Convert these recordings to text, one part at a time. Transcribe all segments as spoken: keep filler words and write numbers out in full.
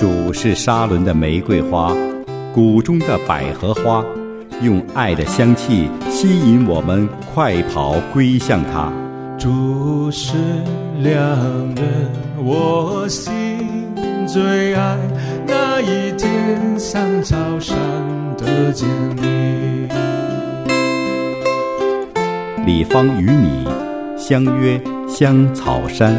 主是沙伦的玫瑰花，谷中的百合花，用爱的香气吸引我们快跑归向他。 主是良人，我心最爱，那一天像草上的坚立。 李芳与你相约香草山。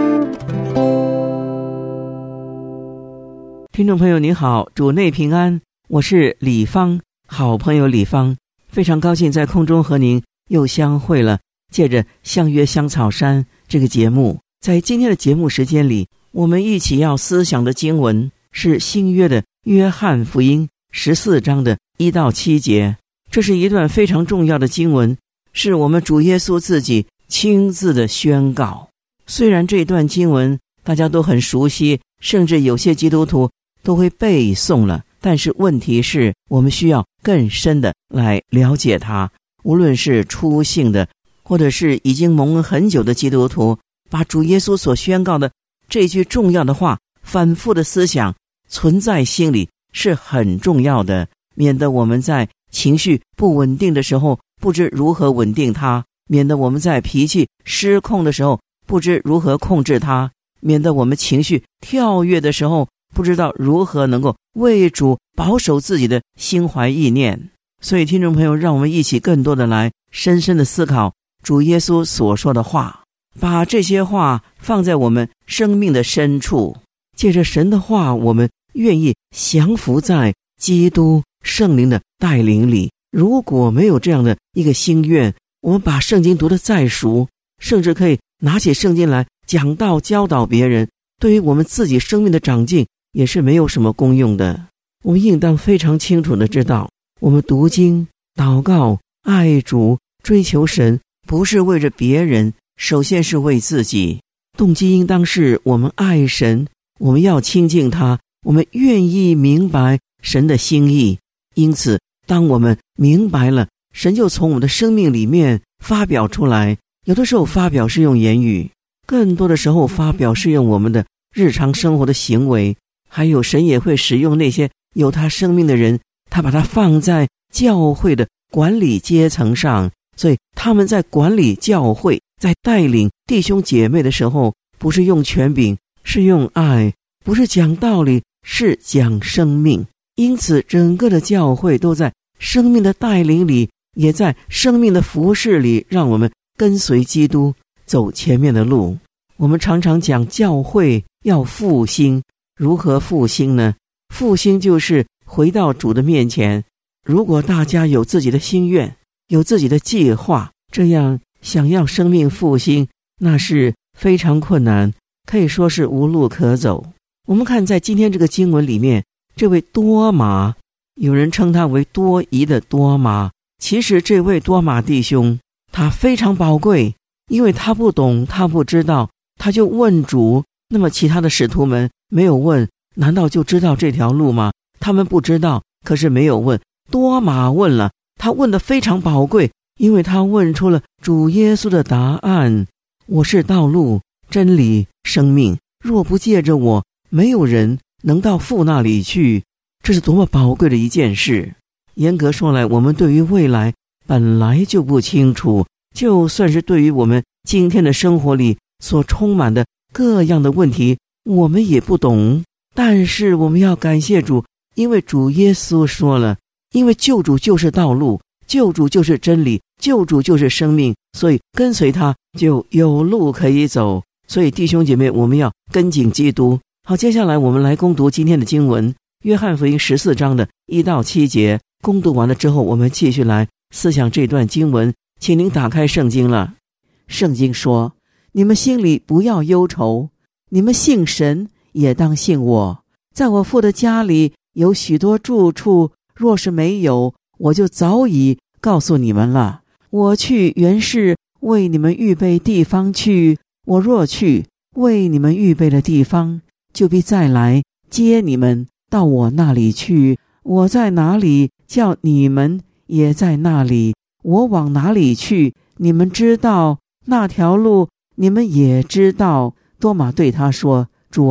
听众朋友您好，主内平安，我是李芳，好朋友李芳，非常高兴在空中和您又相会了。借着相约香草山这个节目，在今天的节目时间里，我们一起要思想的经文是新约的约翰福音十四章的一到七节。这是一段非常重要的经文，是我们主耶稣自己亲自的宣告。虽然这段经文大家都很熟悉，甚至有些基督徒都会背诵了，但是问题是我们需要更深的来了解它。无论是初信的或者是已经蒙恩很久的基督徒，把主耶稣所宣告的这句重要的话反复的思想存在心里是很重要的，免得我们在情绪不稳定的时候不知如何稳定它，免得我们在脾气失控的时候不知如何控制它，免得我们情绪跳跃的时候不知道如何能够为主保守自己的心怀意念。所以听众朋友，让我们一起更多的来深深的思考主耶稣所说的话，把这些话放在我们生命的深处，借着神的话，我们愿意降服在基督圣灵的带领里。如果没有这样的一个心愿，我们把圣经读得再熟，甚至可以拿起圣经来讲道教导别人，对于我们自己生命的长进也是没有什么功用的。我们应当非常清楚的知道，我们读经、祷告、爱主、追求神，不是为着别人，首先是为自己。动机应当是我们爱神，我们要亲近他，我们愿意明白神的心意。因此当我们明白了，神就从我们的生命里面发表出来。有的时候发表是用言语，更多的时候发表是用我们的日常生活的行为，还有神也会使用那些有他生命的人，他把他放在教会的管理阶层上，所以他们在管理教会，在带领弟兄姐妹的时候，不是用权柄，是用爱，不是讲道理，是讲生命。因此整个的教会都在生命的带领里，也在生命的服事里，让我们跟随基督走前面的路。我们常常讲教会要复兴，如何复兴呢？复兴就是回到主的面前。如果大家有自己的心愿，有自己的计划，这样想要生命复兴，那是非常困难，可以说是无路可走。我们看在今天这个经文里面，这位多马，有人称他为多疑的多马，其实这位多马弟兄他非常宝贵，因为他不懂，他不知道，他就问主。那么其他的使徒们没有问，难道就知道这条路吗？他们不知道，可是没有问。多马问了，他问得非常宝贵，因为他问出了主耶稣的答案：我是道路、真理、生命，若不借着我，没有人能到父那里去。这是多么宝贵的一件事。严格说来，我们对于未来本来就不清楚，就算是对于我们今天的生活里所充满的各样的问题，我们也不懂。但是我们要感谢主，因为主耶稣说了，因为救主就是道路，救主就是真理，救主就是生命，所以跟随他就有路可以走。所以弟兄姐妹，我们要跟紧基督。好，接下来我们来攻读今天的经文，约翰福音十四章的一到七节。攻读完了之后，我们继续来思想这段经文。请您打开圣经了。圣经说，你们心里不要忧愁，你们信神也当信我。在我父的家里有许多住处，若是没有，我就早已告诉你们了。我去原是为你们预备地方去，我若去为你们预备了地方，就必再来接你们到我那里去。我在哪里，叫你们也在那里。我往哪里去，你们知道，那条路你们也知道。多马对他说，主啊，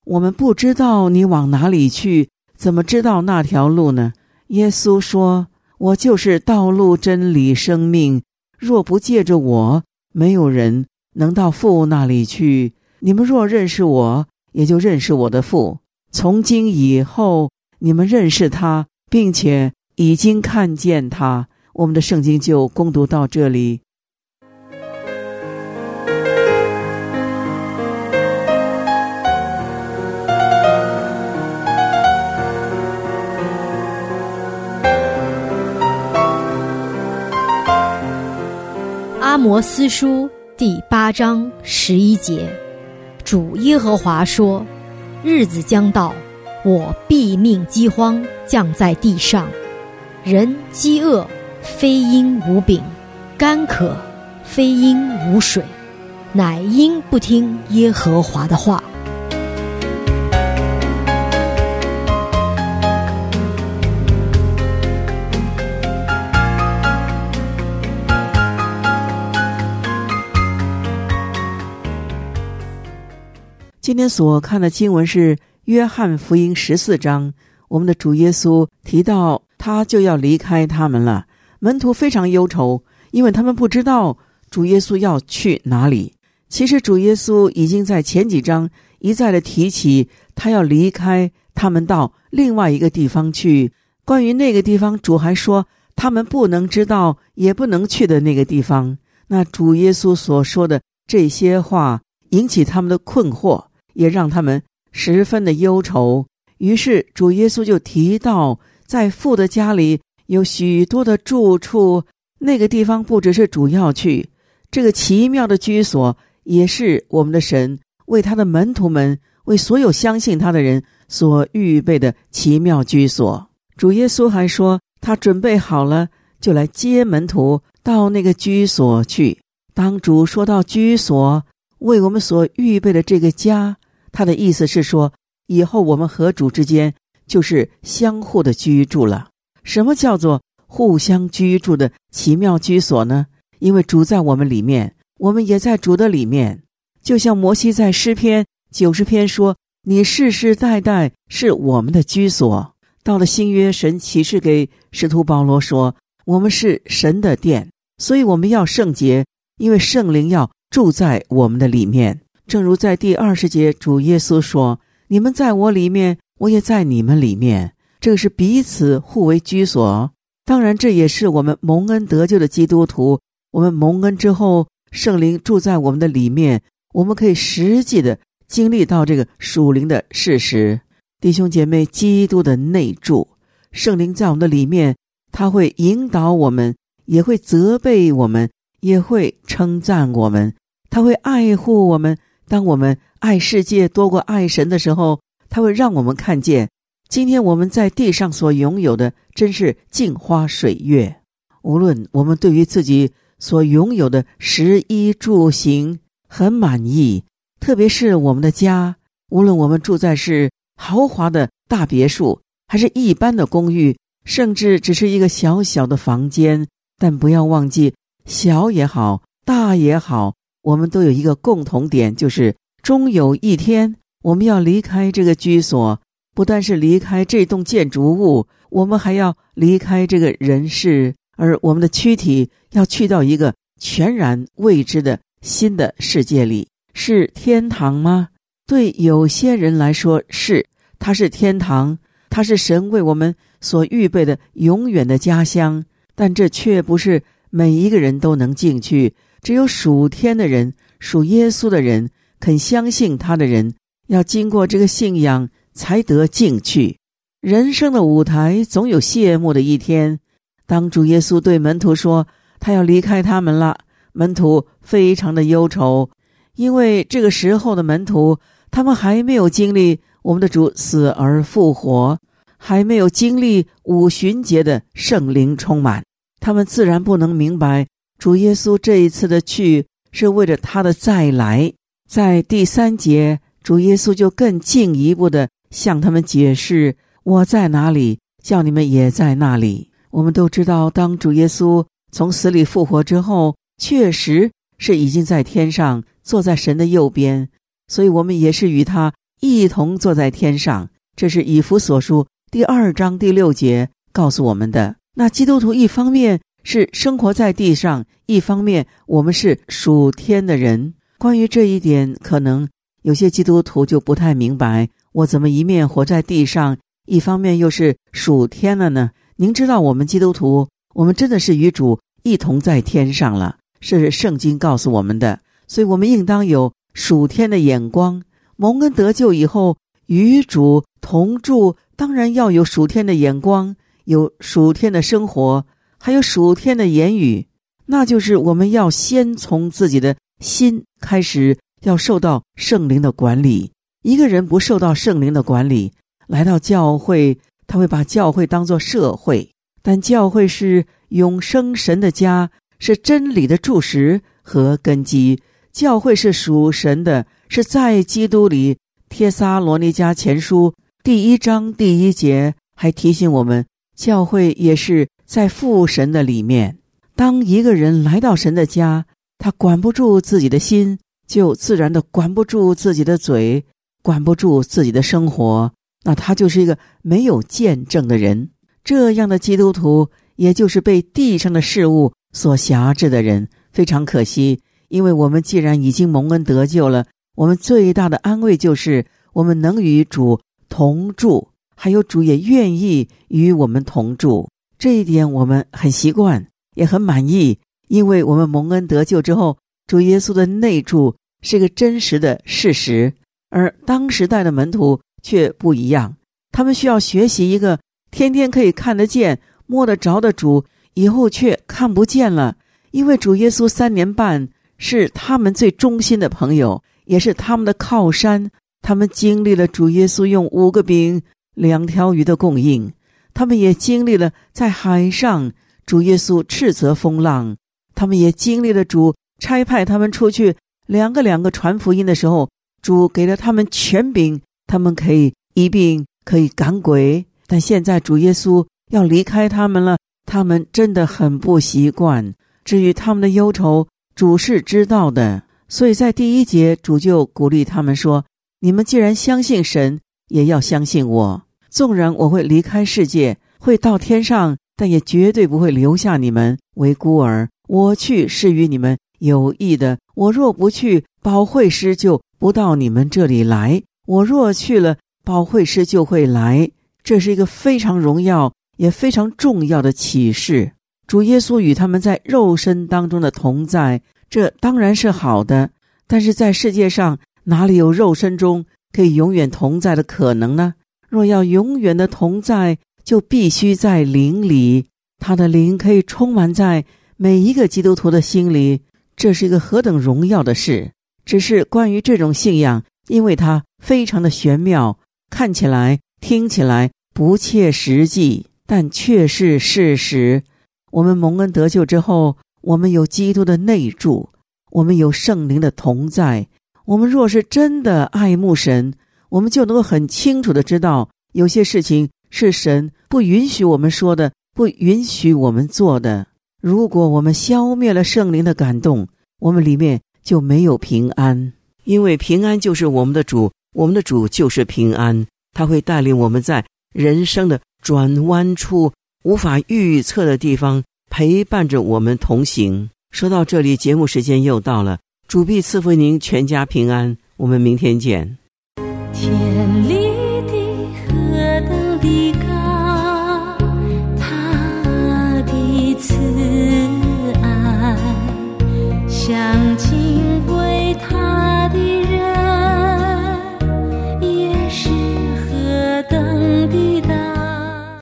我们不知道你往哪里去，怎么知道那条路呢？耶稣说，我就是道路真理生命，若不借着我，没有人能到父那里去。你们若认识我，也就认识我的父。从今以后，你们认识他，并且已经看见他。我们的圣经就攻读到这里。 阿摩司书第八章十一节，主耶和华说，日子将到，我必命饥荒降在地上，人饥饿非因无饼，干渴非因无水，乃因不听耶和华的话。 今天所看的经文是约翰福音十四章，我们的主耶稣提到他就要离开他们了，门徒非常忧愁，因为他们不知道主耶稣要去哪里。其实主耶稣已经在前几章一再的提起他要离开他们到另外一个地方去，关于那个地方主还说他们不能知道也不能去的那个地方。那主耶稣所说的这些话引起他们的困惑，也让他们十分的忧愁。于是主耶稣就提到在父的家里有许多的住处，那个地方不只是主要去，这个奇妙的居所也是我们的神为他的门徒们，为所有相信他的人所预备的奇妙居所。主耶稣还说他准备好了就来接门徒到那个居所去。当主说到居所，为我们所预备的这个家，他的意思是说以后我们和主之间就是相互的居住了。什么叫做互相居住的奇妙居所呢？因为主在我们里面，我们也在主的里面。就像摩西在诗篇九十篇说，你世世代代是我们的居所。到了新约，神启示给使徒保罗说，我们是神的殿，所以我们要圣洁，因为圣灵要住在我们的里面。正如在第二十节主耶稣说，你们在我里面，我也在你们里面，这个是彼此互为居所。当然这也是我们蒙恩得救的基督徒，我们蒙恩之后，圣灵住在我们的里面，我们可以实际的经历到这个属灵的事实。弟兄姐妹，基督的内住，圣灵在我们的里面，他会引导我们，也会责备我们，也会称赞我们，他会爱护我们。当我们爱世界多过爱神的时候，他会让我们看见今天我们在地上所拥有的真是镜花水月。无论我们对于自己所拥有的食衣住行很满意，特别是我们的家，无论我们住在是豪华的大别墅，还是一般的公寓，甚至只是一个小小的房间，但不要忘记，小也好，大也好，我们都有一个共同点，就是终有一天我们要离开这个居所，不但是离开这栋建筑物，我们还要离开这个人世，而我们的躯体要去到一个全然未知的新的世界里。是天堂吗？对有些人来说是，它是天堂，它是神为我们所预备的永远的家乡，但这却不是每一个人都能进去，只有属天的人，属耶稣的人，肯相信他的人，要经过这个信仰才得进去。人生的舞台总有谢幕的一天。当主耶稣对门徒说他要离开他们了，门徒非常的忧愁，因为这个时候的门徒，他们还没有经历我们的主死而复活，还没有经历五旬节的圣灵充满，他们自然不能明白主耶稣这一次的去是为了他的再来。在第三节，主耶稣就更进一步的向他们解释，我在哪里，叫你们也在那里。我们都知道，当主耶稣从死里复活之后，确实是已经在天上坐在神的右边，所以我们也是与他一同坐在天上。这是以弗所书第二章第六节告诉我们的。那基督徒一方面是生活在地上，一方面我们是属天的人。关于这一点，可能有些基督徒就不太明白，我怎么一面活在地上，一方面又是属天了呢？您知道我们基督徒，我们真的是与主一同在天上了，是圣经告诉我们的。所以我们应当有属天的眼光，蒙恩得救以后与主同住，当然要有属天的眼光，有属天的生活，还有属天的言语。那就是我们要先从自己的心开始，要受到圣灵的管理。一个人不受到圣灵的管理，来到教会，他会把教会当作社会，但教会是永生神的家，是真理的柱石和根基。教会是属神的，是在基督里。帖撒罗尼迦前书第一章第一节还提醒我们，教会也是在父神的里面。当一个人来到神的家，他管不住自己的心，就自然的管不住自己的嘴，管不住自己的生活，那他就是一个没有见证的人。这样的基督徒，也就是被地上的事物所辖制的人。非常可惜，因为我们既然已经蒙恩得救了，我们最大的安慰就是我们能与主同住，还有主也愿意与我们同住。这一点我们很习惯，也很满意，因为我们蒙恩得救之后，主耶稣的内住是个真实的事实。而当时代的门徒却不一样，他们需要学习一个天天可以看得见摸得着的主，以后却看不见了。因为主耶稣三年半是他们最忠心的朋友，也是他们的靠山。他们经历了主耶稣用五个饼两条鱼的供应，他们也经历了在海上主耶稣斥责风浪，他们也经历了主差派他们出去两个两个传福音的时候，主给了他们权柄，他们可以医病，可以赶鬼。但现在主耶稣要离开他们了，他们真的很不习惯。至于他们的忧愁，主是知道的。所以在第一节，主就鼓励他们说，你们既然相信神，也要相信我。纵然我会离开世界，会到天上，但也绝对不会留下你们为孤儿。我去是与你们有益的，我若不去，保惠师就不到你们这里来，我若去了，保惠师就会来。这是一个非常荣耀也非常重要的启示。主耶稣与他们在肉身当中的同在，这当然是好的，但是在世界上哪里有肉身中可以永远同在的可能呢？若要永远的同在，就必须在灵里，他的灵可以充满在每一个基督徒的心里，这是一个何等荣耀的事。只是关于这种信仰，因为它非常的玄妙，看起来听起来不切实际，但却是事实。我们蒙恩得救之后，我们有基督的内住，我们有圣灵的同在。我们若是真的爱慕神，我们就能够很清楚的知道，有些事情是神不允许我们说的，不允许我们做的。如果我们消灭了圣灵的感动，我们里面就没有平安。因为平安就是我们的主，我们的主就是平安，他会带领我们在人生的转弯处，无法预测的地方，陪伴着我们同行。说到这里，节目时间又到了，主必赐福您全家平安，我们明天见。 天里的何等的